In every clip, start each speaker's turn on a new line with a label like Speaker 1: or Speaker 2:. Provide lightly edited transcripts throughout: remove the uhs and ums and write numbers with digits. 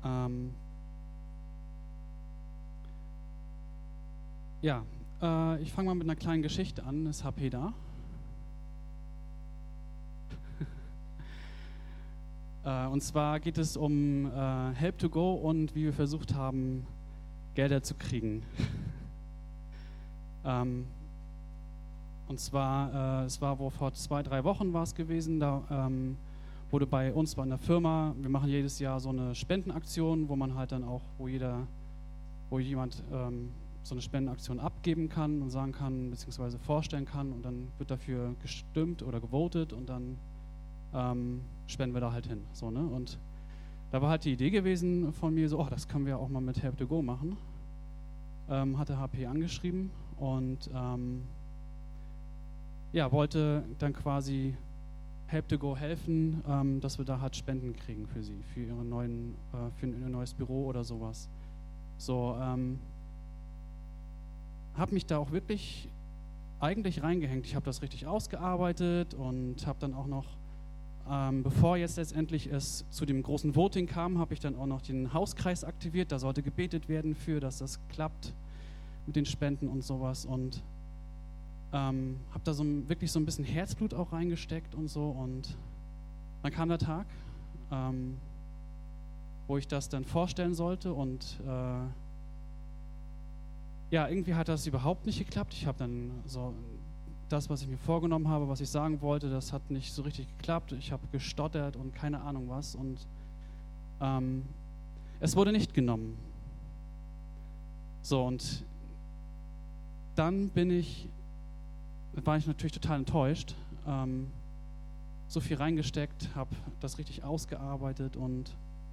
Speaker 1: Ähm, ich fange mal mit einer kleinen Geschichte an. Ist HP da? Und zwar geht es um Help to Go und wie wir versucht haben, Gelder zu kriegen. Und zwar, es war vor 2-3 Wochen war es gewesen, da wurde bei uns in der Firma, wir machen jedes Jahr so eine Spendenaktion, wo man halt dann auch, wo jemand so eine Spendenaktion abgeben kann und sagen kann, beziehungsweise vorstellen kann, und dann wird dafür gestimmt oder gewotet und dann spenden wir da halt hin. So, ne? Und da war halt die Idee gewesen von mir, so, das können wir auch mal mit Help to Go machen. Hatte HP angeschrieben und wollte dann quasi Help to Go helfen, dass wir da halt Spenden kriegen für sie, für ihr neues Büro oder sowas. So, habe mich da auch wirklich eigentlich reingehängt. Ich habe das richtig ausgearbeitet und habe dann auch noch, bevor jetzt letztendlich es zu dem großen Voting kam, habe ich dann auch noch den Hauskreis aktiviert. Da sollte gebetet werden für, dass das klappt mit den Spenden und sowas. Und habe da wirklich so ein bisschen Herzblut auch reingesteckt und so. Und dann kam der Tag, wo ich das dann vorstellen sollte. Und irgendwie hat das überhaupt nicht geklappt. Ich habe dann so das, was ich mir vorgenommen habe, was ich sagen wollte, das hat nicht so richtig geklappt. Ich habe gestottert und keine Ahnung was. Und es wurde nicht genommen. So, und dann war ich natürlich total enttäuscht. So viel reingesteckt, habe das richtig ausgearbeitet und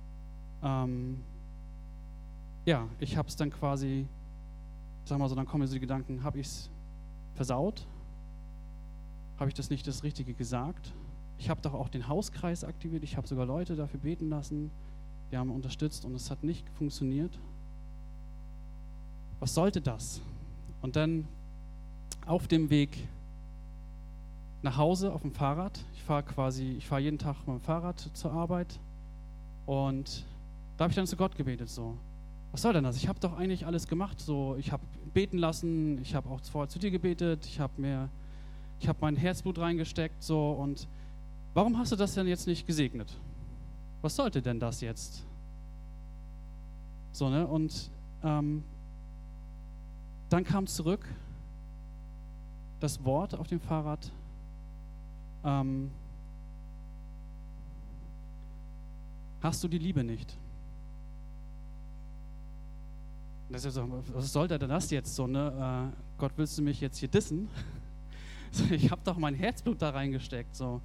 Speaker 1: ich habe es dann quasi, sag mal so, dann kommen mir so die Gedanken, habe ich es versaut? Habe ich das Richtige gesagt? Ich habe doch auch den Hauskreis aktiviert, ich habe sogar Leute dafür beten lassen, die haben unterstützt und es hat nicht funktioniert. Was sollte das? Und dann auf dem Weg nach Hause auf dem Fahrrad, ich fahre jeden Tag mit dem Fahrrad zur Arbeit und da habe ich dann zu Gott gebetet, so, was soll denn das? Ich habe doch eigentlich alles gemacht, so, ich habe beten lassen, ich habe auch vorher zu dir gebetet, ich habe mein Herzblut reingesteckt, so, und warum hast du das denn jetzt nicht gesegnet? Was sollte denn das jetzt? So, ne, und dann kam zurück das Wort auf dem Fahrrad, hast du die Liebe nicht? Das ist so, was sollte denn das jetzt so, ne? Gott, willst du mich jetzt hier dissen? Ich habe doch mein Herzblut da reingesteckt, so.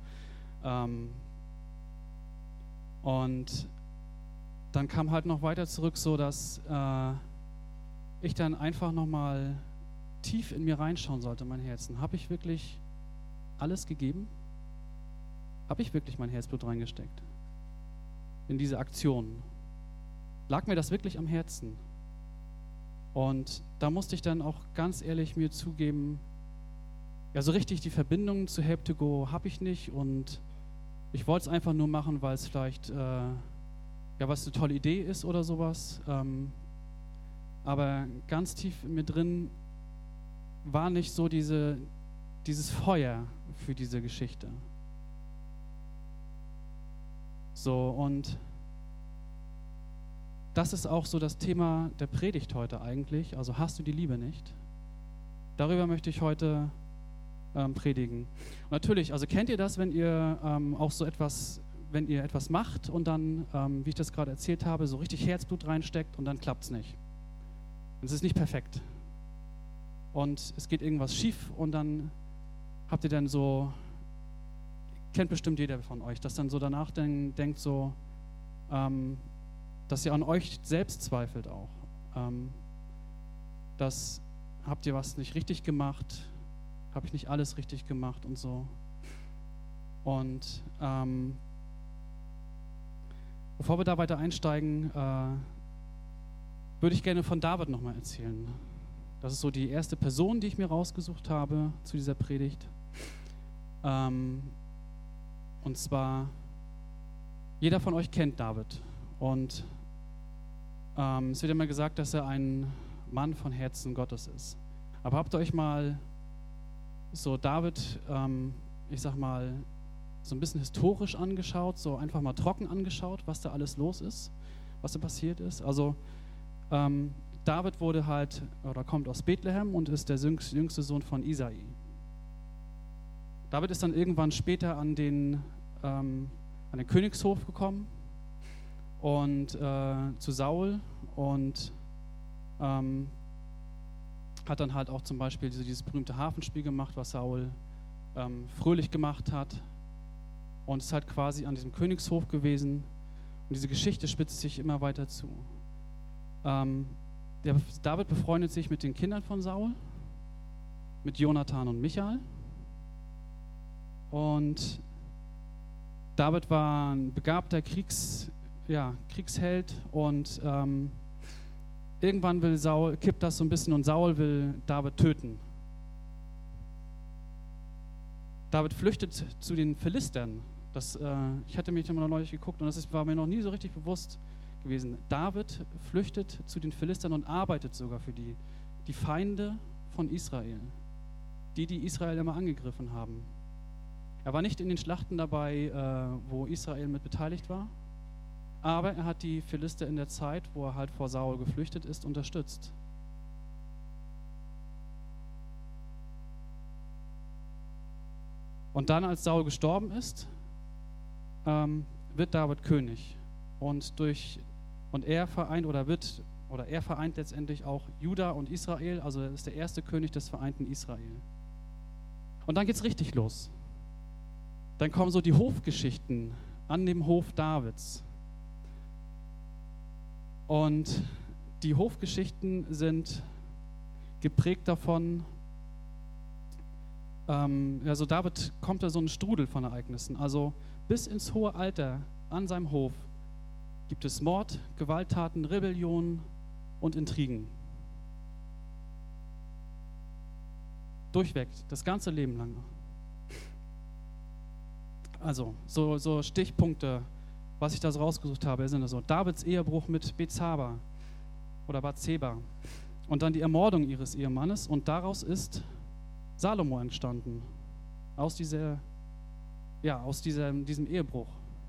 Speaker 1: Und dann kam halt noch weiter zurück, so dass ich dann einfach nochmal tief in mir reinschauen sollte, mein Herzen. Habe ich wirklich alles gegeben? Habe ich wirklich mein Herzblut reingesteckt? In diese Aktion? Lag mir das wirklich am Herzen? Und da musste ich dann auch ganz ehrlich mir zugeben, ja, so richtig die Verbindung zu Help to Go habe ich nicht und ich wollte es einfach nur machen, weil es vielleicht was eine tolle Idee ist oder sowas. Aber ganz tief in mir drin war nicht so dieses Feuer für diese Geschichte. So, und das ist auch so das Thema der Predigt heute eigentlich. Also hast du die Liebe nicht? Darüber möchte ich heute predigen. Und natürlich, also kennt ihr das, wenn ihr auch so etwas, wenn ihr etwas macht und dann, wie ich das gerade erzählt habe, so richtig Herzblut reinsteckt und dann klappt es nicht. Es ist nicht perfekt. Und es geht irgendwas schief und dann habt ihr dann so, kennt bestimmt jeder von euch, dass dann so danach denkt so, dass ihr an euch selbst zweifelt auch. Das habt ihr was nicht richtig gemacht, habe ich nicht alles richtig gemacht und so. Und bevor wir da weiter einsteigen, würde ich gerne von David nochmal erzählen. Das ist so die erste Person, die ich mir rausgesucht habe zu dieser Predigt. Und zwar, jeder von euch kennt David. Und Es wird immer gesagt, dass er ein Mann von Herzen Gottes ist. Aber habt ihr euch mal so David, ich sag mal, so ein bisschen historisch angeschaut, so einfach mal trocken angeschaut, was da alles los ist, was da passiert ist? Also David wurde halt, oder kommt aus Bethlehem und ist der jüngste Sohn von Isai. David ist dann irgendwann später an den Königshof gekommen und zu Saul und hat dann halt auch zum Beispiel dieses berühmte Hafenspiel gemacht, was Saul fröhlich gemacht hat, und ist halt quasi an diesem Königshof gewesen, und diese Geschichte spitzt sich immer weiter zu. David befreundet sich mit den Kindern von Saul, mit Jonathan und Michael, und David war ein begabter Kriegsheld, und irgendwann kippt das so ein bisschen und Saul will David töten. David flüchtet zu den Philistern. Ich hatte mich da mal neulich geguckt und war mir noch nie so richtig bewusst gewesen. David flüchtet zu den Philistern und arbeitet sogar für die Feinde von Israel, die Israel immer angegriffen haben. Er war nicht in den Schlachten dabei, wo Israel mit beteiligt war, aber er hat die Philister in der Zeit, wo er halt vor Saul geflüchtet ist, unterstützt. Und dann, als Saul gestorben ist, wird David König. Und er vereint letztendlich auch Juda und Israel, also er ist der erste König des vereinten Israel. Und dann geht's richtig los. Dann kommen so die Hofgeschichten an dem Hof Davids. Und die Hofgeschichten sind geprägt davon, also David kommt da so ein Strudel von Ereignissen. Also bis ins hohe Alter an seinem Hof gibt es Mord, Gewalttaten, Rebellion und Intrigen. Durchweg, das ganze Leben lang. Also, so Stichpunkte, was ich da so rausgesucht habe, sind also Davids Ehebruch mit Bathseba und dann die Ermordung ihres Ehemannes, und daraus ist Salomo entstanden, aus diesem Ehebruch.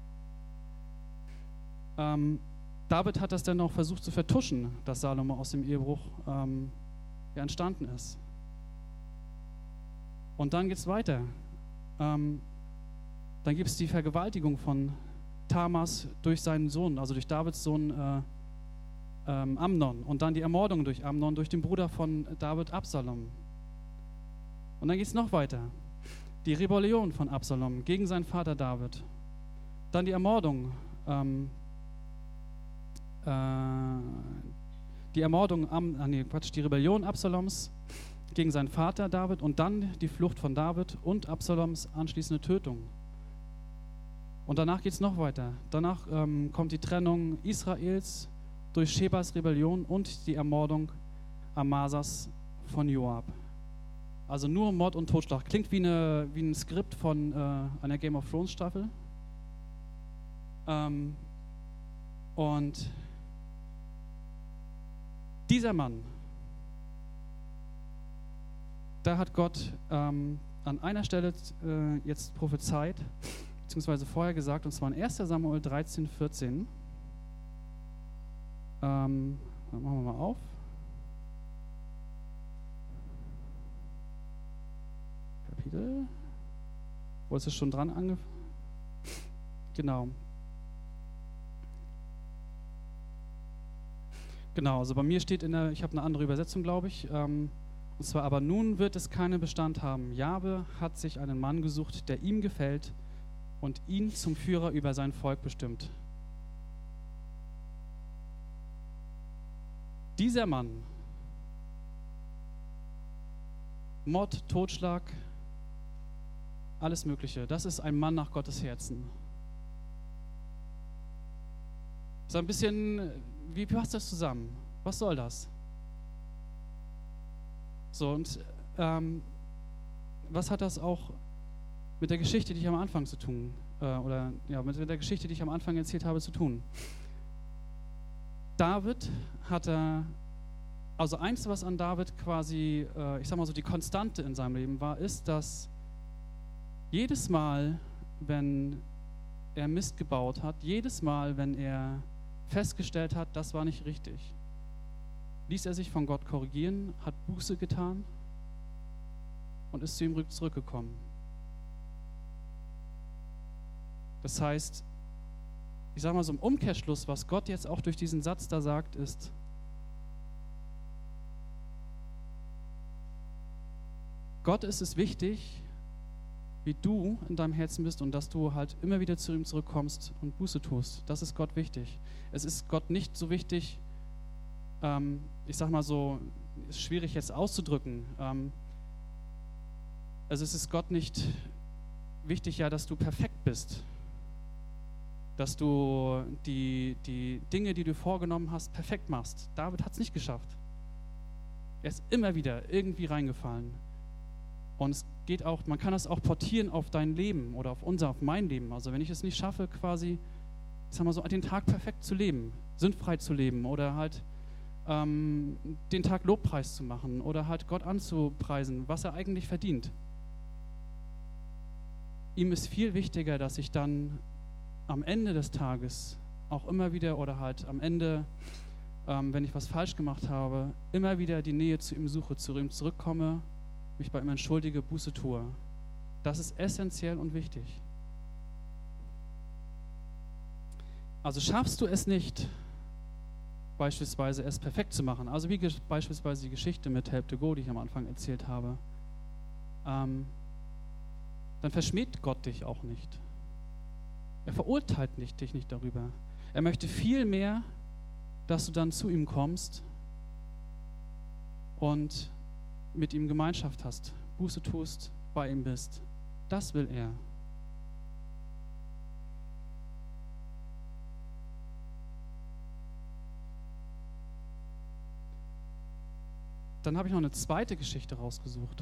Speaker 1: David hat das dann noch versucht zu vertuschen, dass Salomo aus dem Ehebruch entstanden ist. Und dann geht es weiter. Dann gibt es die Vergewaltigung von Tamas durch seinen Sohn, also durch Davids Sohn Amnon, und dann die Ermordung durch Amnon, durch den Bruder von David, Absalom. Und dann geht es noch weiter. Die Rebellion von Absalom gegen seinen Vater David. Dann die Ermordung. Die Rebellion Absaloms gegen seinen Vater David, und dann die Flucht von David und Absaloms anschließende Tötung. Und danach geht es noch weiter. Danach kommt die Trennung Israels durch Shebas Rebellion und die Ermordung Amasas von Joab. Also nur Mord und Totschlag. Klingt wie ein Skript von einer Game of Thrones Staffel. Und dieser Mann, da hat Gott an einer Stelle jetzt prophezeit, beziehungsweise vorher gesagt, und zwar in 1. Samuel 13, 14. Dann machen wir mal auf. Kapitel. Wo ist es schon dran angefangen? Genau. Genau, also bei mir steht ich habe eine andere Übersetzung, glaube ich. Und zwar, aber nun wird es keinen Bestand haben. Jahwe hat sich einen Mann gesucht, der ihm gefällt und ihn zum Führer über sein Volk bestimmt. Dieser Mann, Mord, Totschlag, alles Mögliche, das ist ein Mann nach Gottes Herzen. So ein bisschen, wie passt das zusammen? Was soll das? So, und was hat das auch mit der Geschichte, die ich am Anfang zu tun, mit der Geschichte, die ich am Anfang erzählt habe, zu tun? David also eins, was an David quasi, ich sag mal so, die Konstante in seinem Leben war, ist, dass jedes Mal, wenn er Mist gebaut hat, jedes Mal, wenn er festgestellt hat, das war nicht richtig, ließ er sich von Gott korrigieren, hat Buße getan und ist zu ihm zurückgekommen. Das heißt, ich sage mal so im Umkehrschluss, was Gott jetzt auch durch diesen Satz da sagt, ist, Gott ist es wichtig, wie du in deinem Herzen bist und dass du halt immer wieder zu ihm zurückkommst und Buße tust. Das ist Gott wichtig. Es ist Gott nicht so wichtig, ich sag mal so, ist schwierig jetzt auszudrücken. Also es ist Gott nicht wichtig, ja, dass du perfekt bist. Dass du die Dinge, die du vorgenommen hast, perfekt machst. David hat es nicht geschafft. Er ist immer wieder irgendwie reingefallen. Und es geht auch, man kann das auch portieren auf dein Leben oder auf mein Leben. Also wenn ich es nicht schaffe, quasi, ich sag mal so, den Tag perfekt zu leben, sündfrei zu leben oder halt den Tag Lobpreis zu machen oder halt Gott anzupreisen, was er eigentlich verdient. Ihm ist viel wichtiger, dass ich dann am Ende des Tages auch immer wieder oder halt am Ende, wenn ich was falsch gemacht habe, immer wieder die Nähe zu ihm suche, zu ihm zurückkomme, mich bei ihm entschuldige, Buße tue. Das ist essentiell und wichtig. Also schaffst du es nicht, beispielsweise es perfekt zu machen, also wie beispielsweise die Geschichte mit Help to Go, die ich am Anfang erzählt habe, dann verschmäht Gott dich auch nicht. Er verurteilt dich nicht darüber. Er möchte viel mehr, dass du dann zu ihm kommst und mit ihm Gemeinschaft hast, Buße tust, bei ihm bist. Das will er. Dann habe ich noch eine zweite Geschichte rausgesucht.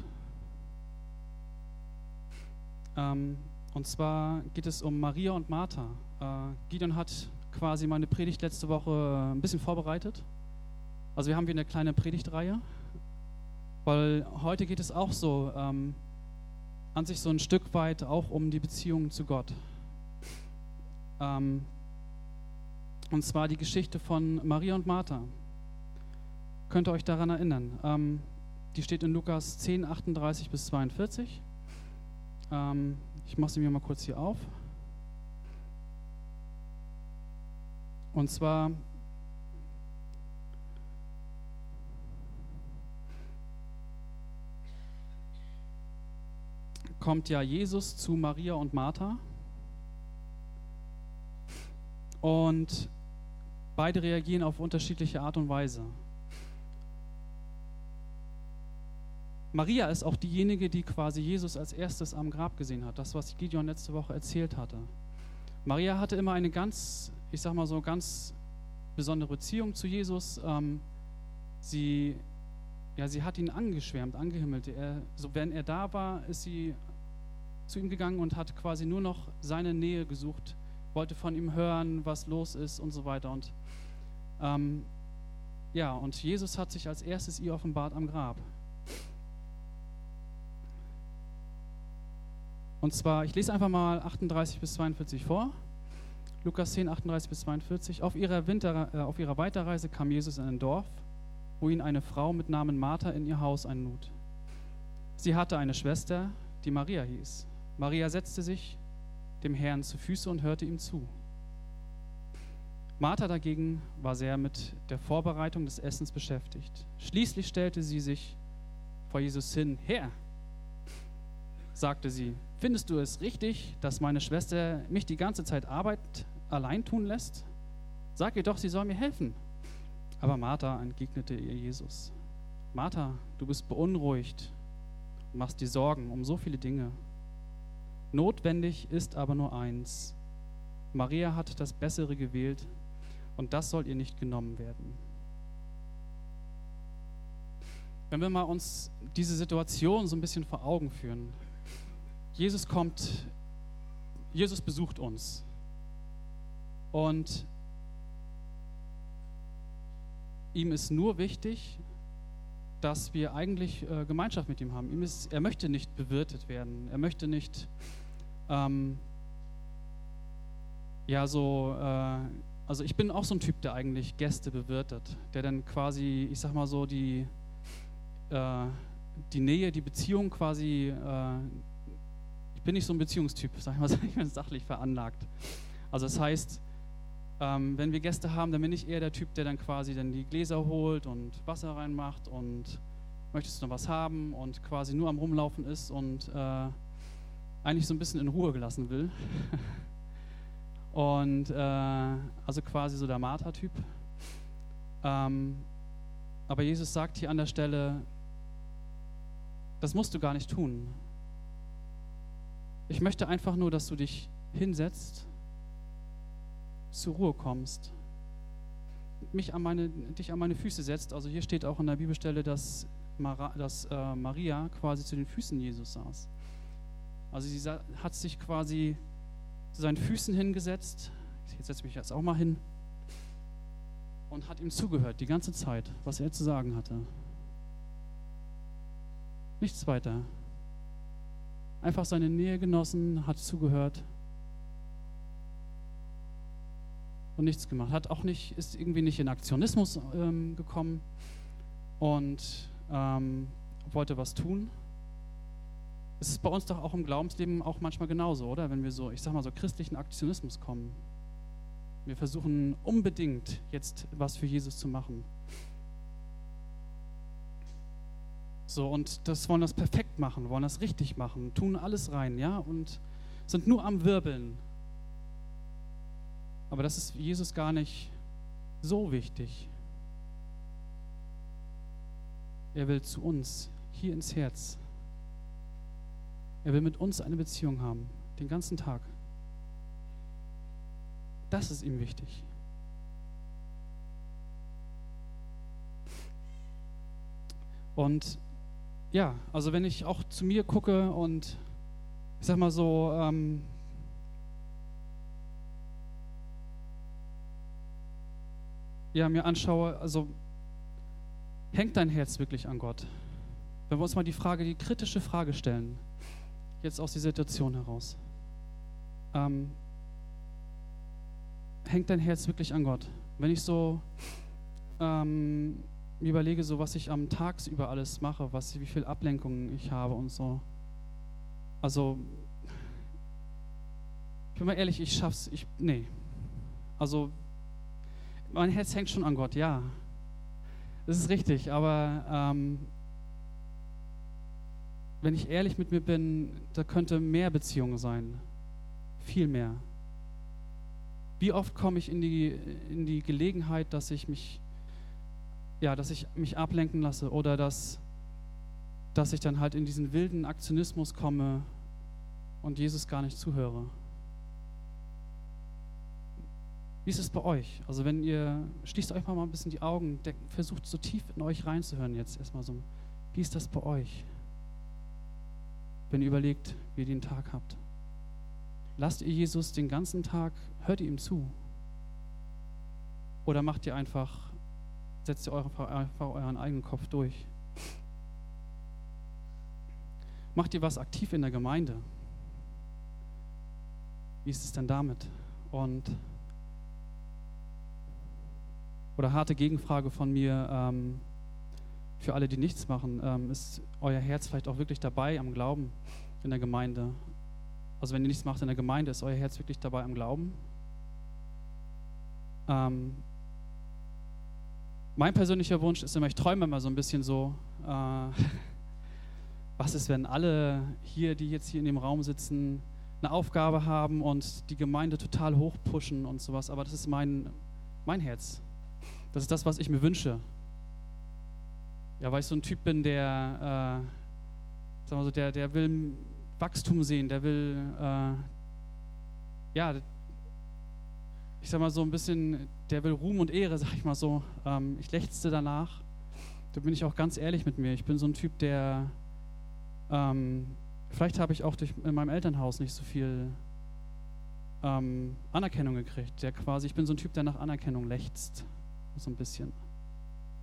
Speaker 1: Und zwar geht es um Maria und Martha. Gideon hat quasi meine Predigt letzte Woche ein bisschen vorbereitet. Also wir haben hier eine kleine Predigtreihe, weil heute geht es auch so an sich so ein Stück weit auch um die Beziehung zu Gott. Und zwar die Geschichte von Maria und Martha. Könnt ihr euch daran erinnern? Die steht in Lukas 10, 38 bis 42. Ich mache sie mir mal kurz hier auf. Und zwar kommt ja Jesus zu Maria und Martha und beide reagieren auf unterschiedliche Art und Weise. Maria ist auch diejenige, die quasi Jesus als erstes am Grab gesehen hat. Das, was Gideon letzte Woche erzählt hatte. Maria hatte immer eine ganz, ich sag mal so, ganz besondere Beziehung zu Jesus. Sie hat ihn angeschwärmt, angehimmelt. Wenn er da war, ist sie zu ihm gegangen und hat quasi nur noch seine Nähe gesucht, wollte von ihm hören, was los ist und so weiter. Und und Jesus hat sich als erstes ihr offenbart am Grab. Und zwar, ich lese einfach mal 38 bis 42 vor. Lukas 10, 38 bis 42. Auf ihrer Weiterreise kam Jesus in ein Dorf, wo ihn eine Frau mit Namen Martha in ihr Haus einlud. Sie hatte eine Schwester, die Maria hieß. Maria setzte sich dem Herrn zu Füße und hörte ihm zu. Martha dagegen war sehr mit der Vorbereitung des Essens beschäftigt. Schließlich stellte sie sich vor Jesus hin. Herr, sagte sie, findest du es richtig, dass meine Schwester mich die ganze Zeit Arbeit allein tun lässt? Sag ihr doch, sie soll mir helfen. Aber Martha entgegnete ihr Jesus. Martha, du bist beunruhigt und machst dir Sorgen um so viele Dinge. Notwendig ist aber nur eins. Maria hat das Bessere gewählt und das soll ihr nicht genommen werden. Wenn wir mal uns diese Situation so ein bisschen vor Augen führen. Jesus besucht uns und ihm ist nur wichtig, dass wir eigentlich Gemeinschaft mit ihm haben. Er möchte nicht bewirtet werden. Er möchte nicht also ich bin auch so ein Typ, der eigentlich Gäste bewirtet, der dann quasi, ich sag mal so, die Nähe, die Beziehung quasi, ich bin nicht so ein Beziehungstyp, sag ich mal, ich bin sachlich veranlagt. Also das heißt, wenn wir Gäste haben, dann bin ich eher der Typ, der dann quasi dann die Gläser holt und Wasser reinmacht und möchtest du noch was haben und quasi nur am Rumlaufen ist und eigentlich so ein bisschen in Ruhe gelassen will. Und also quasi so der Martha-Typ. Aber Jesus sagt hier an der Stelle, das musst du gar nicht tun. Ich möchte einfach nur, dass du dich hinsetzt, zur Ruhe kommst, dich an meine Füße setzt. Also hier steht auch in der Bibelstelle, dass Maria quasi zu den Füßen Jesus saß. Also sie hat sich quasi zu seinen Füßen hingesetzt. Jetzt setze ich mich jetzt auch mal hin. Und hat ihm zugehört die ganze Zeit, was er zu sagen hatte. Nichts weiter. Einfach seine Nähe genossen, hat zugehört und nichts gemacht. Ist irgendwie nicht in Aktionismus gekommen und wollte was tun. Es ist bei uns doch auch im Glaubensleben auch manchmal genauso, oder? Wenn wir so, ich sag mal so christlichen Aktionismus kommen. Wir versuchen unbedingt jetzt was für Jesus zu machen. So, und wollen das perfekt machen, wollen das richtig machen, tun alles rein, ja, und sind nur am Wirbeln. Aber das ist Jesus gar nicht so wichtig. Er will zu uns, hier ins Herz. Er will mit uns eine Beziehung haben, den ganzen Tag. Das ist ihm wichtig. Und ja, also wenn ich auch zu mir gucke und ich sag mal so, mir anschaue, also hängt dein Herz wirklich an Gott? Wenn wir uns mal die kritische Frage stellen, jetzt aus der Situation heraus, hängt dein Herz wirklich an Gott? Wenn ich so mir überlege, so was ich am Tagsüber alles mache, wie viel Ablenkungen ich habe und so. Also, ich bin mal ehrlich, ich schaff's, nee. Also, mein Herz hängt schon an Gott, ja. Das ist richtig, aber wenn ich ehrlich mit mir bin, da könnte mehr Beziehung sein. Viel mehr. Wie oft komme ich in die Gelegenheit, dass ich mich ablenken lasse oder dass ich dann halt in diesen wilden Aktionismus komme und Jesus gar nicht zuhöre. Wie ist es bei euch? Also wenn schließt euch mal ein bisschen die Augen, versucht so tief in euch reinzuhören jetzt erstmal so. Wie ist das bei euch? Wenn ihr überlegt, wie ihr den Tag habt. Lasst ihr Jesus den ganzen Tag, hört ihr ihm zu? Oder setzt ihr einfach euren eigenen Kopf durch? Macht ihr was aktiv in der Gemeinde? Wie ist es denn damit? Oder harte Gegenfrage von mir, für alle, die nichts machen, ist euer Herz vielleicht auch wirklich dabei am Glauben in der Gemeinde? Also wenn ihr nichts macht in der Gemeinde, ist euer Herz wirklich dabei am Glauben? Mein persönlicher Wunsch ist immer, ich träume immer so ein bisschen so, was ist, wenn alle hier, die jetzt hier in dem Raum sitzen, eine Aufgabe haben und die Gemeinde total hochpushen und sowas, aber das ist mein Herz. Das ist das, was ich mir wünsche. Ja, weil ich so ein Typ bin, der will Wachstum sehen, der will, ich sag mal so ein bisschen, der will Ruhm und Ehre, sag ich mal so. Ich lechzte danach. Da bin ich auch ganz ehrlich mit mir. Ich bin so ein Typ, der, vielleicht habe ich auch in meinem Elternhaus nicht so viel Anerkennung gekriegt. Ich bin so ein Typ, der nach Anerkennung lechzt. So ein bisschen.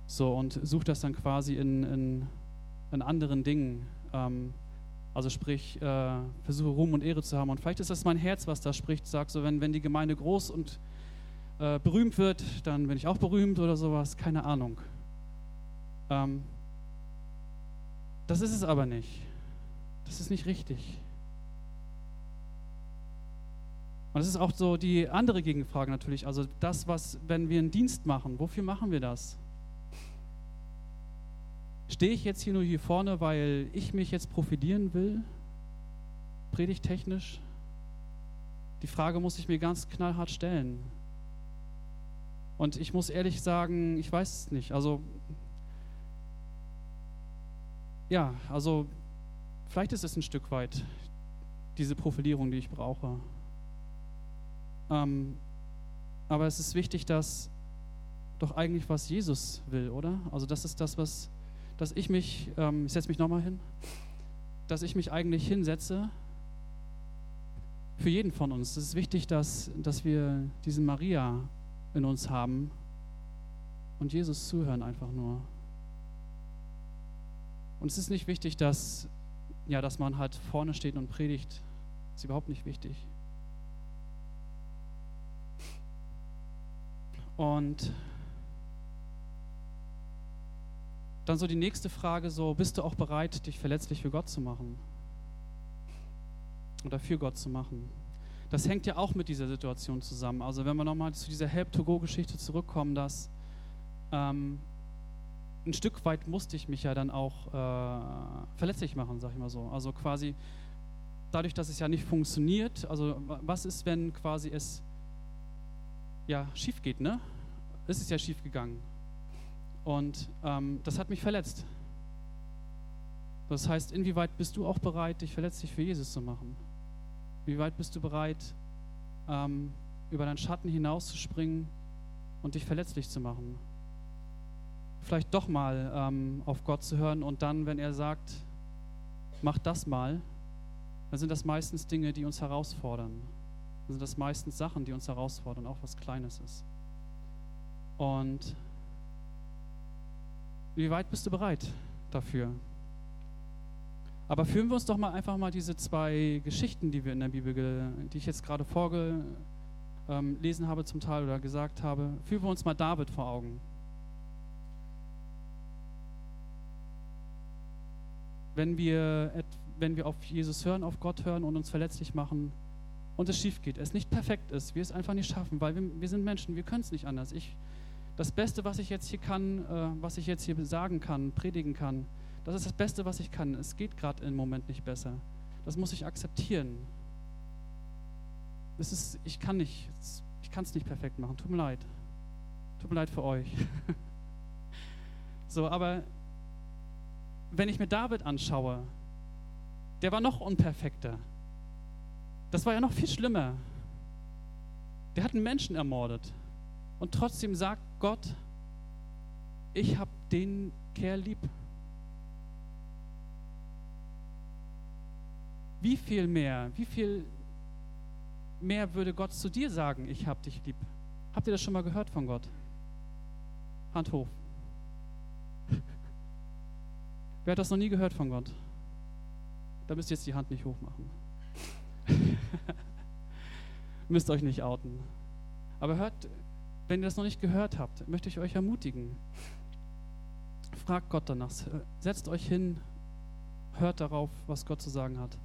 Speaker 1: So, und sucht das dann quasi in anderen Dingen. Also sprich, versuche Ruhm und Ehre zu haben. Und vielleicht ist das mein Herz, was da spricht, sagt so, wenn die Gemeinde groß und berühmt wird, dann bin ich auch berühmt oder sowas, keine Ahnung. Das ist es aber nicht. Das ist nicht richtig. Und das ist auch so die andere Gegenfrage natürlich. Also das, wenn wir einen Dienst machen, wofür machen wir das? Stehe ich jetzt hier nur hier vorne, weil ich mich jetzt profilieren will? Predigtechnisch? Die Frage muss ich mir ganz knallhart stellen. Und ich muss ehrlich sagen, ich weiß es nicht. Also vielleicht ist es ein Stück weit diese Profilierung, die ich brauche. Aber es ist wichtig, dass doch eigentlich was Jesus will, oder? Also das ist das, dass ich mich, ich setze mich nochmal hin, dass ich mich eigentlich hinsetze für jeden von uns. Es ist wichtig, dass wir diese Maria in uns haben und Jesus zuhören einfach nur. Und es ist nicht wichtig, dass man halt vorne steht und predigt. Das ist überhaupt nicht wichtig. Und dann so die nächste Frage, so, bist du auch bereit, dich verletzlich für Gott zu machen? Oder für Gott zu machen? Das hängt ja auch mit dieser Situation zusammen. Also wenn wir nochmal zu dieser Help-to-Go-Geschichte zurückkommen, dass ein Stück weit musste ich mich ja dann auch verletzlich machen, sag ich mal so. Also quasi dadurch, dass es ja nicht funktioniert, also was ist, wenn quasi es schief geht, ne? Es ist ja schief gegangen. Und das hat mich verletzt. Das heißt, inwieweit bist du auch bereit, dich verletzlich für Jesus zu machen? Wie weit bist du bereit, über deinen Schatten hinauszuspringen und dich verletzlich zu machen? Vielleicht doch mal auf Gott zu hören und dann, wenn er sagt, mach das mal, dann sind das meistens Dinge, die uns herausfordern. Dann sind das meistens Sachen, die uns herausfordern, auch was Kleines ist. Und wie weit bist du bereit dafür? Aber führen wir uns doch mal einfach mal diese zwei Geschichten, die wir in der Bibel, die ich jetzt gerade vorgelesen habe zum Teil oder gesagt habe, führen wir uns mal David vor Augen. Wenn wir auf Jesus hören, auf Gott hören und uns verletzlich machen und es schief geht, es nicht perfekt ist, wir es einfach nicht schaffen, weil wir sind Menschen, wir können es nicht anders. Das Beste, was ich jetzt hier kann, was ich jetzt hier sagen kann, predigen kann, das ist das Beste, was ich kann. Es geht gerade im Moment nicht besser. Das muss ich akzeptieren. Ich kann es nicht perfekt machen. Tut mir leid. Tut mir leid für euch. So, aber wenn ich mir David anschaue, der war noch unperfekter. Das war ja noch viel schlimmer. Der hat einen Menschen ermordet. Und trotzdem sagt Gott, ich habe den Kerl lieb. Wie viel mehr würde Gott zu dir sagen, ich habe dich lieb? Habt ihr das schon mal gehört von Gott? Hand hoch. Wer hat das noch nie gehört von Gott? Da müsst ihr jetzt die Hand nicht hochmachen. Müsst euch nicht outen. Aber hört, wenn ihr das noch nicht gehört habt, möchte ich euch ermutigen. Fragt Gott danach. Setzt euch hin, hört darauf, was Gott zu sagen hat.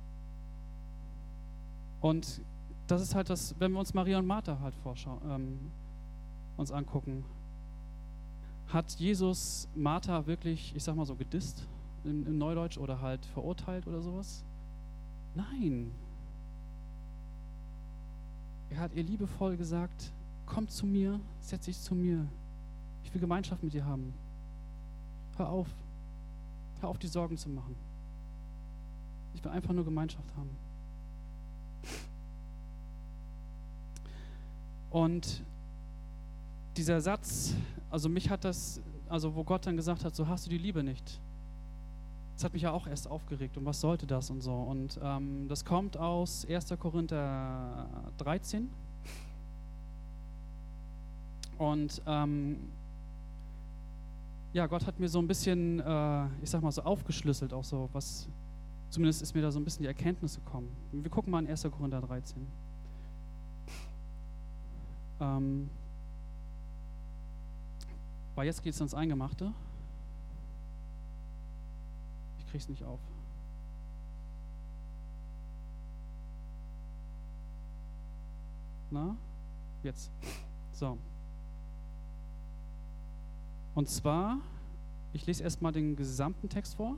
Speaker 1: Und das ist halt das, wenn wir uns Maria und Martha halt uns angucken. Hat Jesus Martha wirklich, ich sag mal so, gedisst im Neudeutsch oder halt verurteilt oder sowas? Nein. Er hat ihr liebevoll gesagt, komm zu mir, setz dich zu mir. Ich will Gemeinschaft mit dir haben. Hör auf die Sorgen zu machen. Ich will einfach nur Gemeinschaft haben. Und dieser Satz, also mich hat das, also wo Gott dann gesagt hat, so hast du die Liebe nicht. Das hat mich ja auch erst aufgeregt und was sollte das und so. Und das kommt aus 1. Korinther 13. Und ja, Gott hat mir so ein bisschen, ich sag mal so aufgeschlüsselt, auch so, was, zumindest ist mir da so ein bisschen die Erkenntnis gekommen. Wir gucken mal in 1. Korinther 13. Weil jetzt geht es ins Eingemachte. Ich krieg's nicht auf. Na, jetzt. So. Und zwar, ich lese erstmal den gesamten Text vor.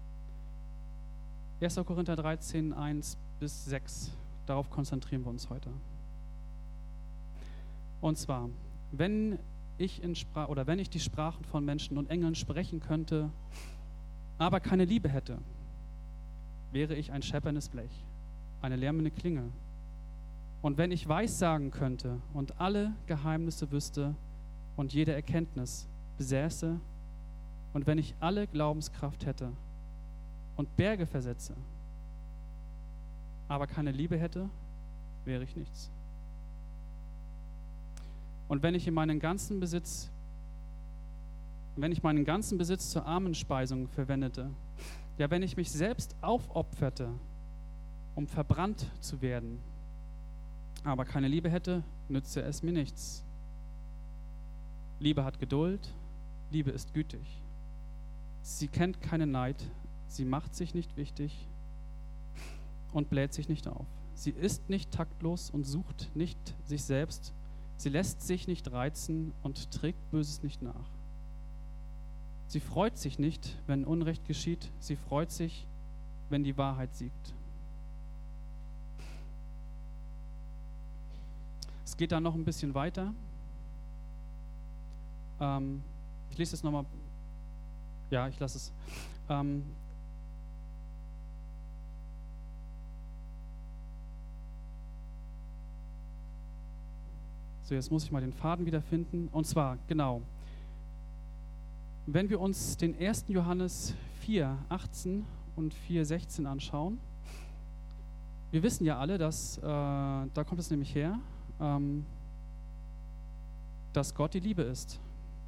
Speaker 1: 1. Korinther 13, 1 bis 6. Darauf konzentrieren wir uns heute. Und zwar, wenn ich die Sprachen von Menschen und Engeln sprechen könnte, aber keine Liebe hätte, wäre ich ein schepperndes Blech, eine lärmende Klingel. Und wenn ich Weissagen könnte und alle Geheimnisse wüsste und jede Erkenntnis besäße, und wenn ich alle Glaubenskraft hätte und Berge versetze, aber keine Liebe hätte, wäre ich nichts. Und wenn ich meinen ganzen Besitz zur Armenspeisung verwendete, ja, wenn ich mich selbst aufopferte, um verbrannt zu werden, aber keine Liebe hätte, nütze es mir nichts. Liebe hat Geduld, Liebe ist gütig. Sie kennt keinen Neid, sie macht sich nicht wichtig und bläht sich nicht auf. Sie ist nicht taktlos und sucht nicht sich selbst. Sie lässt sich nicht reizen und trägt Böses nicht nach. Sie freut sich nicht, wenn Unrecht geschieht. Sie freut sich, wenn die Wahrheit siegt. Es geht dann noch ein bisschen weiter. Ich lese es nochmal. Ja, ich lasse es. So, jetzt muss ich mal den Faden wiederfinden. Und zwar, genau, wenn wir uns den 1. Johannes 4, 18 und 4, 16 anschauen, wir wissen ja alle, dass, da kommt es nämlich her, dass Gott die Liebe ist.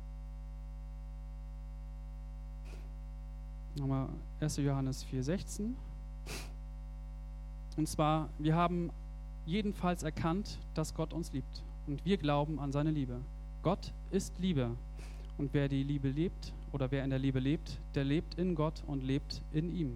Speaker 1: Nochmal 1. Johannes 4, 16. Und zwar, wir haben jedenfalls erkannt, dass Gott uns liebt. Und wir glauben an seine Liebe. Gott ist Liebe. Und wer die Liebe lebt oder wer in der Liebe lebt, der lebt in Gott und lebt in ihm.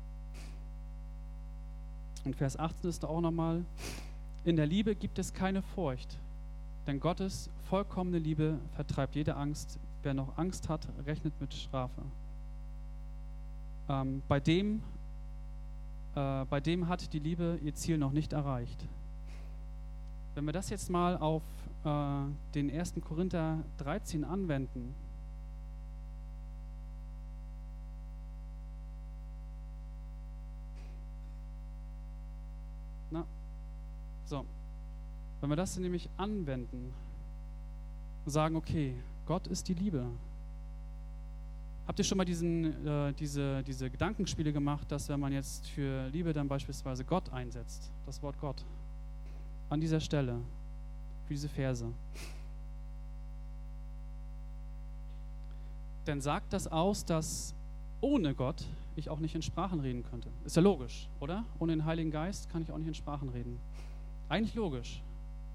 Speaker 1: Und Vers 18 ist da auch nochmal: In der Liebe gibt es keine Furcht, denn Gottes vollkommene Liebe vertreibt jede Angst. Wer noch Angst hat, rechnet mit Strafe. Bei dem hat die Liebe ihr Ziel noch nicht erreicht. Wenn wir das jetzt mal auf den 1. Korinther 13 anwenden, wenn wir das nämlich anwenden und sagen, okay, Gott ist die Liebe. Habt ihr schon mal diese Gedankenspiele gemacht, dass wenn man jetzt für Liebe dann beispielsweise Gott einsetzt, das Wort Gott, an dieser Stelle, für diese Verse, dann sagt das aus, dass ohne Gott ich auch nicht in Sprachen reden könnte. Ist ja logisch, oder? Ohne den Heiligen Geist kann ich auch nicht in Sprachen reden. Eigentlich logisch.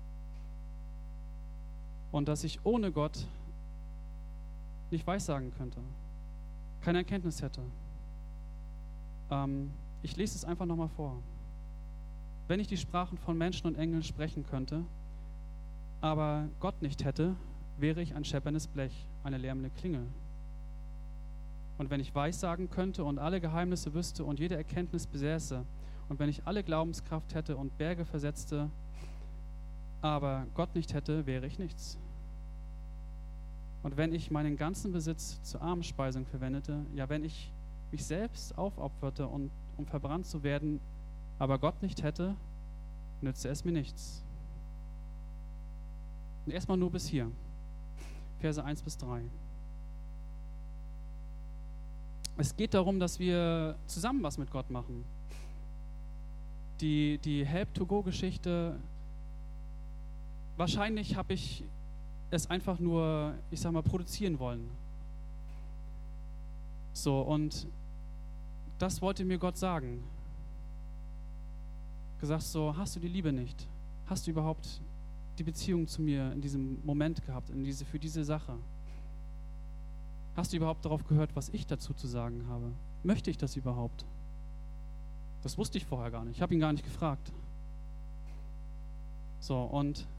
Speaker 1: Und dass ich ohne Gott nicht weissagen könnte, keine Erkenntnis hätte. Ich lese es einfach nochmal vor. Wenn ich die Sprachen von Menschen und Engeln sprechen könnte, aber Gott nicht hätte, wäre ich ein schepperndes Blech, eine lärmende Klingel. Und wenn ich Weissagen könnte und alle Geheimnisse wüsste und jede Erkenntnis besäße, und wenn ich alle Glaubenskraft hätte und Berge versetzte, aber Gott nicht hätte, wäre ich nichts. Und wenn ich meinen ganzen Besitz zur Armenspeisung verwendete, ja, wenn ich mich selbst aufopferte, um verbrannt zu werden, aber Gott nicht hätte, nütze es mir nichts. Und erstmal nur bis hier, Verse 1 bis 3. Es geht darum, dass wir zusammen was mit Gott machen. Die Help-to-Go-Geschichte, wahrscheinlich habe ich es einfach nur, ich sag mal, produzieren wollen. So, und das wollte mir Gott sagen. Gesagt so, hast du die Liebe nicht? Hast du überhaupt die Beziehung zu mir in diesem Moment gehabt, für diese Sache? Hast du überhaupt darauf gehört, was ich dazu zu sagen habe? Möchte ich das überhaupt? Das wusste ich vorher gar nicht. Ich habe ihn gar nicht gefragt. So, und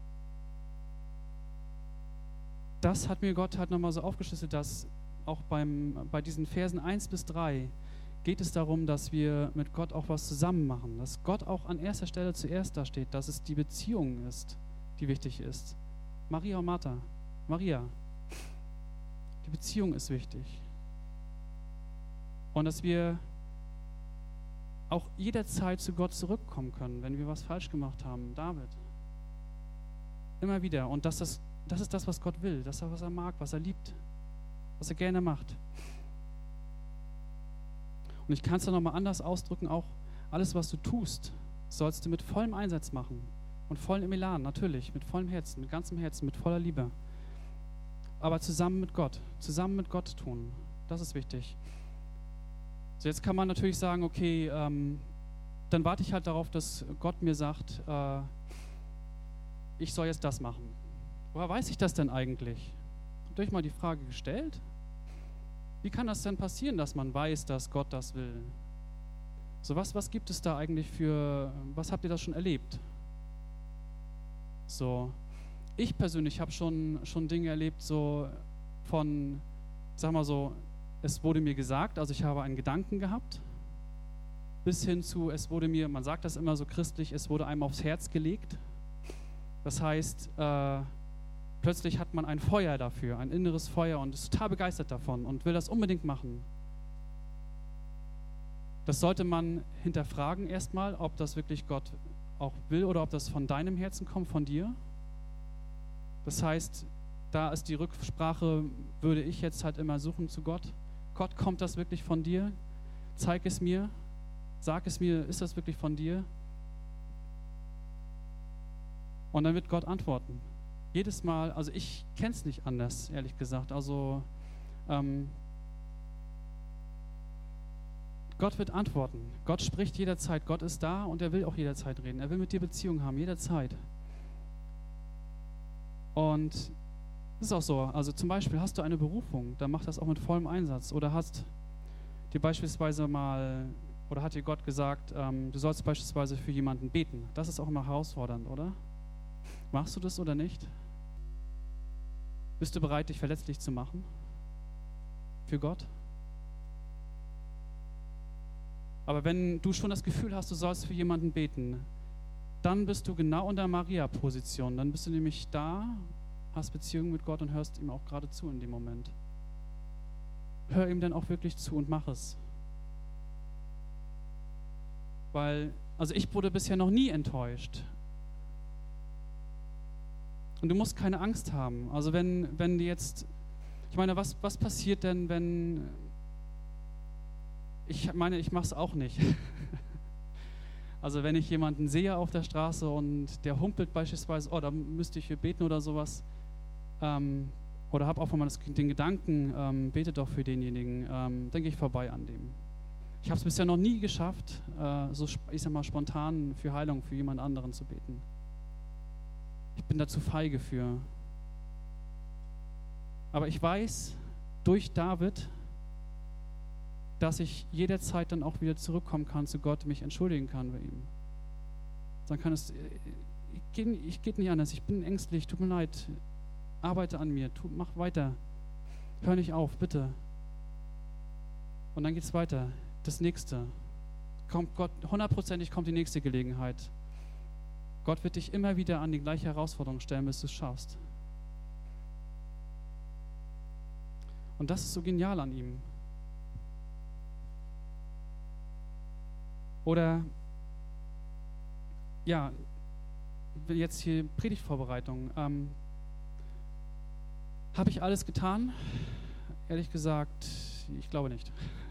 Speaker 1: das hat mir Gott halt nochmal so aufgeschlüsselt, dass auch bei diesen Versen 1 bis 3 geht es darum, dass wir mit Gott auch was zusammen machen, dass Gott auch an erster Stelle zuerst da steht, dass es die Beziehung ist, die wichtig ist. Maria und Martha, Maria, die Beziehung ist wichtig. Und dass wir auch jederzeit zu Gott zurückkommen können, wenn wir was falsch gemacht haben. David. Immer wieder. Und das ist das, was Gott will. Das ist das, was er mag, was er liebt, was er gerne macht. Und ich kann es dann nochmal anders ausdrücken, auch alles, was du tust, sollst du mit vollem Einsatz machen und vollem Elan, natürlich, mit vollem Herzen, mit ganzem Herzen, mit voller Liebe. Aber zusammen mit Gott tun. Das ist wichtig. So, jetzt kann man natürlich sagen, okay, dann warte ich halt darauf, dass Gott mir sagt, ich soll jetzt das machen. Woher weiß ich das denn eigentlich? Habt ihr euch mal die Frage gestellt? Wie kann das denn passieren, dass man weiß, dass Gott das will? So, was gibt es da eigentlich was habt ihr da schon erlebt? So, ich persönlich habe schon Dinge erlebt, so von, sag mal so, es wurde mir gesagt, also ich habe einen Gedanken gehabt, bis hin zu, es wurde mir, man sagt das immer so christlich, es wurde einem aufs Herz gelegt. Das heißt, plötzlich hat man ein Feuer dafür, ein inneres Feuer und ist total begeistert davon und will das unbedingt machen. Das sollte man hinterfragen erstmal, ob das wirklich Gott auch will oder ob das von deinem Herzen kommt, von dir. Das heißt, da ist die Rücksprache, würde ich jetzt halt immer suchen zu Gott. Gott, kommt das wirklich von dir? Zeig es mir, sag es mir, ist das wirklich von dir? Und dann wird Gott antworten. Jedes Mal, also ich kenne es nicht anders, ehrlich gesagt. Also Gott wird antworten. Gott spricht jederzeit. Gott ist da und er will auch jederzeit reden. Er will mit dir Beziehung haben, jederzeit. Und das ist auch so. Also zum Beispiel hast du eine Berufung, dann mach das auch mit vollem Einsatz. Oder hast dir beispielsweise mal, oder hat dir Gott gesagt, du sollst beispielsweise für jemanden beten. Das ist auch immer herausfordernd, oder? Machst du das oder nicht? Bist du bereit, dich verletzlich zu machen? Für Gott? Aber wenn du schon das Gefühl hast, du sollst für jemanden beten, dann bist du genau in der Maria-Position. Dann bist du nämlich da, hast Beziehung mit Gott und hörst ihm auch gerade zu in dem Moment. Hör ihm dann auch wirklich zu und mach es. Weil, also ich wurde bisher noch nie enttäuscht. Und du musst keine Angst haben. Also wenn die jetzt, ich meine, was passiert denn, wenn, ich meine, ich mache es auch nicht. Also wenn ich jemanden sehe auf der Straße und der humpelt beispielsweise, oh, da müsste ich für beten oder sowas, oder habe auch mal den Gedanken, bete doch für denjenigen, dann gehe ich vorbei an dem. Ich habe es bisher noch nie geschafft, so, ich sag mal, spontan für Heilung für jemand anderen zu beten. Ich bin da zu feige für. Aber ich weiß durch David, dass ich jederzeit dann auch wieder zurückkommen kann zu Gott, mich entschuldigen kann bei ihm. Dann kann es, ich geht nicht anders, ich bin ängstlich, tut mir leid, arbeite an mir, mach weiter, hör nicht auf, bitte. Und dann geht es weiter, das nächste. Kommt Gott, 100%ig kommt die nächste Gelegenheit. Gott wird dich immer wieder an die gleiche Herausforderung stellen, bis du es schaffst. Und das ist so genial an ihm. Oder, ja, jetzt hier Predigtvorbereitung. Habe ich alles getan? Ehrlich gesagt, ich glaube nicht.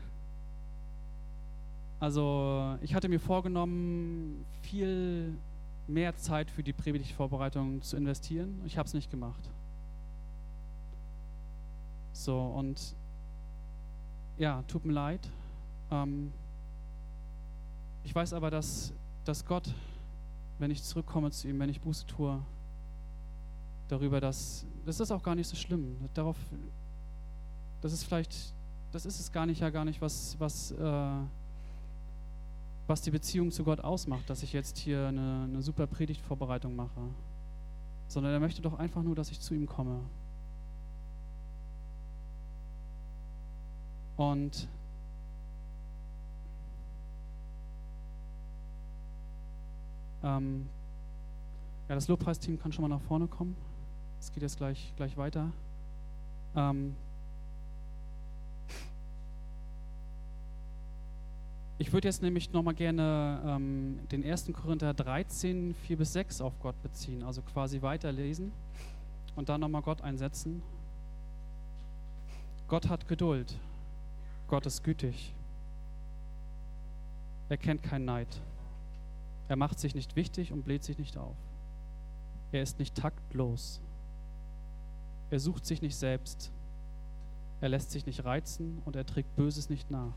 Speaker 1: Also, ich hatte mir vorgenommen, viel mehr Zeit für die Predigtvorbereitung zu investieren. Ich habe es nicht gemacht. So, und ja, tut mir leid. Ich weiß aber, dass Gott, wenn ich zurückkomme zu ihm, wenn ich Buße tue, darüber, das ist auch gar nicht so schlimm. Das ist es gar nicht, was die Beziehung zu Gott ausmacht, dass ich jetzt hier eine super Predigtvorbereitung mache. Sondern er möchte doch einfach nur, dass ich zu ihm komme. Und das Lobpreisteam kann schon mal nach vorne kommen. Es geht jetzt gleich weiter. Ich würde jetzt nämlich nochmal gerne den 1. Korinther 13, 4-6 auf Gott beziehen, also quasi weiterlesen und dann nochmal Gott einsetzen. Gott hat Geduld. Gott ist gütig. Er kennt keinen Neid. Er macht sich nicht wichtig und bläht sich nicht auf. Er ist nicht taktlos. Er sucht sich nicht selbst. Er lässt sich nicht reizen und er trägt Böses nicht nach.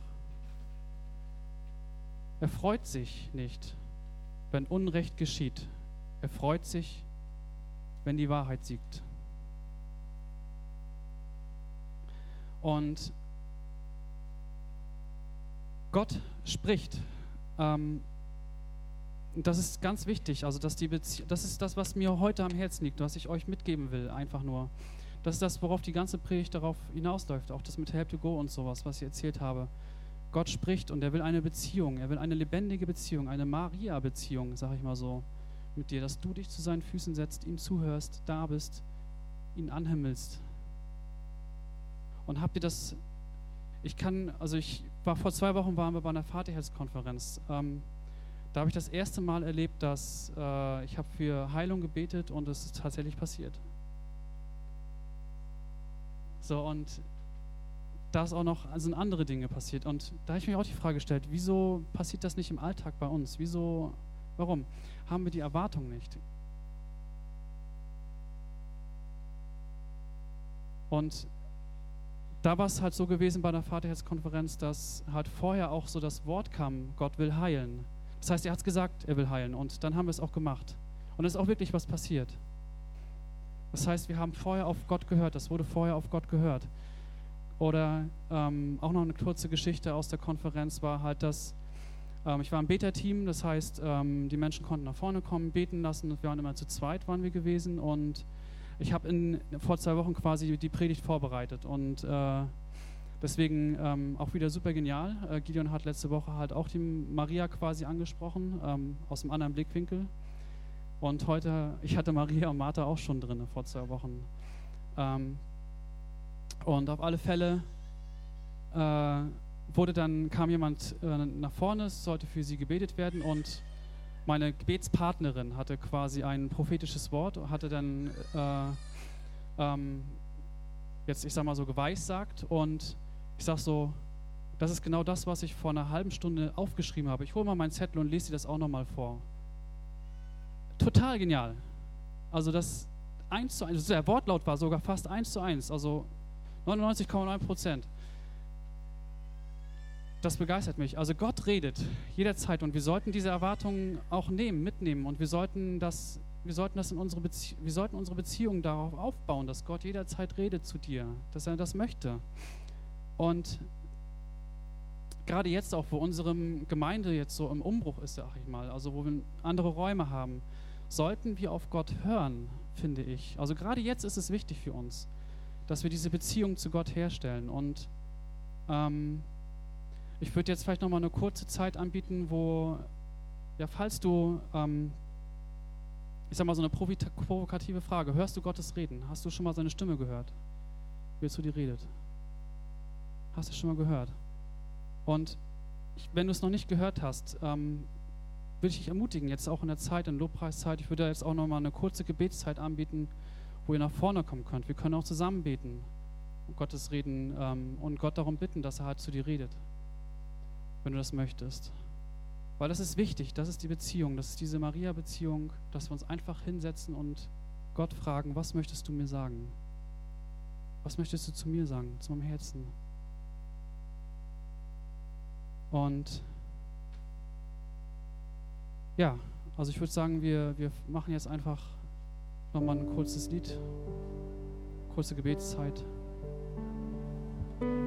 Speaker 1: Er freut sich nicht, wenn Unrecht geschieht. Er freut sich, wenn die Wahrheit siegt. Und Gott spricht. Das ist ganz wichtig. Also, das ist das, was mir heute am Herzen liegt, was ich euch mitgeben will, einfach nur. Das ist das, worauf die ganze Predigt darauf hinausläuft. Auch das mit Help to Go und sowas, was ich erzählt habe. Gott spricht und er will eine Beziehung. Er will eine lebendige Beziehung, eine Maria-Beziehung, sag ich mal so, mit dir, dass du dich zu seinen Füßen setzt, ihm zuhörst, da bist, ihn anhimmelst. Und habt ihr das, vor 2 Wochen waren wir bei einer Vaterherz-Konferenz. Da habe ich das erste Mal erlebt, dass ich habe für Heilung gebetet und es ist tatsächlich passiert. So, und da sind andere Dinge passiert. Und da habe ich mir auch die Frage gestellt, wieso passiert das nicht im Alltag bei uns? Warum? Haben wir die Erwartung nicht? Und da war es halt so gewesen bei der Vaterherz-Konferenz, dass halt vorher auch so das Wort kam, Gott will heilen. Das heißt, er hat es gesagt, er will heilen. Und dann haben wir es auch gemacht. Und es ist auch wirklich was passiert. Das heißt, wir haben vorher auf Gott gehört. Das wurde vorher auf Gott gehört. Oder auch noch eine kurze Geschichte aus der Konferenz war halt, dass ich war im Beta-Team. Das heißt, die Menschen konnten nach vorne kommen, beten lassen. Wir waren immer zu zweit, waren wir gewesen. Und ich habe vor 2 Wochen quasi die Predigt vorbereitet. Und deswegen auch wieder super genial. Gideon hat letzte Woche halt auch die Maria quasi angesprochen, aus einem anderen Blickwinkel. Und heute, ich hatte Maria und Martha auch schon drin vor 2 Wochen. Und auf alle Fälle kam jemand nach vorne, es sollte für sie gebetet werden und meine Gebetspartnerin hatte quasi ein prophetisches Wort, hatte dann jetzt, ich sag mal so, geweissagt und ich sag so, das ist genau das, was ich vor einer halben Stunde aufgeschrieben habe. Ich hole mal meinen Zettel und lese dir das auch nochmal vor. Total genial. Also das 1:1, also der Wortlaut war sogar fast 1:1, also 99,9%. Das begeistert mich. Also Gott redet jederzeit und wir sollten diese Erwartungen auch mitnehmen und wir sollten unsere Beziehung darauf aufbauen, dass Gott jederzeit redet zu dir, dass er das möchte. Und gerade jetzt auch, wo unsere Gemeinde jetzt so im Umbruch ist, sag ich mal, also wo wir andere Räume haben, sollten wir auf Gott hören, finde ich. Also gerade jetzt ist es wichtig für uns, dass wir diese Beziehung zu Gott herstellen. Und ich würde jetzt vielleicht nochmal eine kurze Zeit anbieten, wo, ja, falls du, ich sag mal so eine provokative Frage, hörst du Gottes Reden? Hast du schon mal seine Stimme gehört, wie er zu dir redet? Hast du schon mal gehört? Und wenn du es noch nicht gehört hast, würde ich dich ermutigen, jetzt auch in der Zeit, in Lobpreiszeit, ich würde jetzt auch nochmal eine kurze Gebetszeit anbieten, wo ihr nach vorne kommen könnt. Wir können auch zusammen beten und Gottes reden und Gott darum bitten, dass er halt zu dir redet, wenn du das möchtest. Weil das ist wichtig, das ist die Beziehung, das ist diese Maria-Beziehung, dass wir uns einfach hinsetzen und Gott fragen, was möchtest du mir sagen? Was möchtest du zu mir sagen, zu meinem Herzen? Und ja, also ich würde sagen, wir machen jetzt einfach nochmal ein kurzes Lied, kurze Gebetszeit.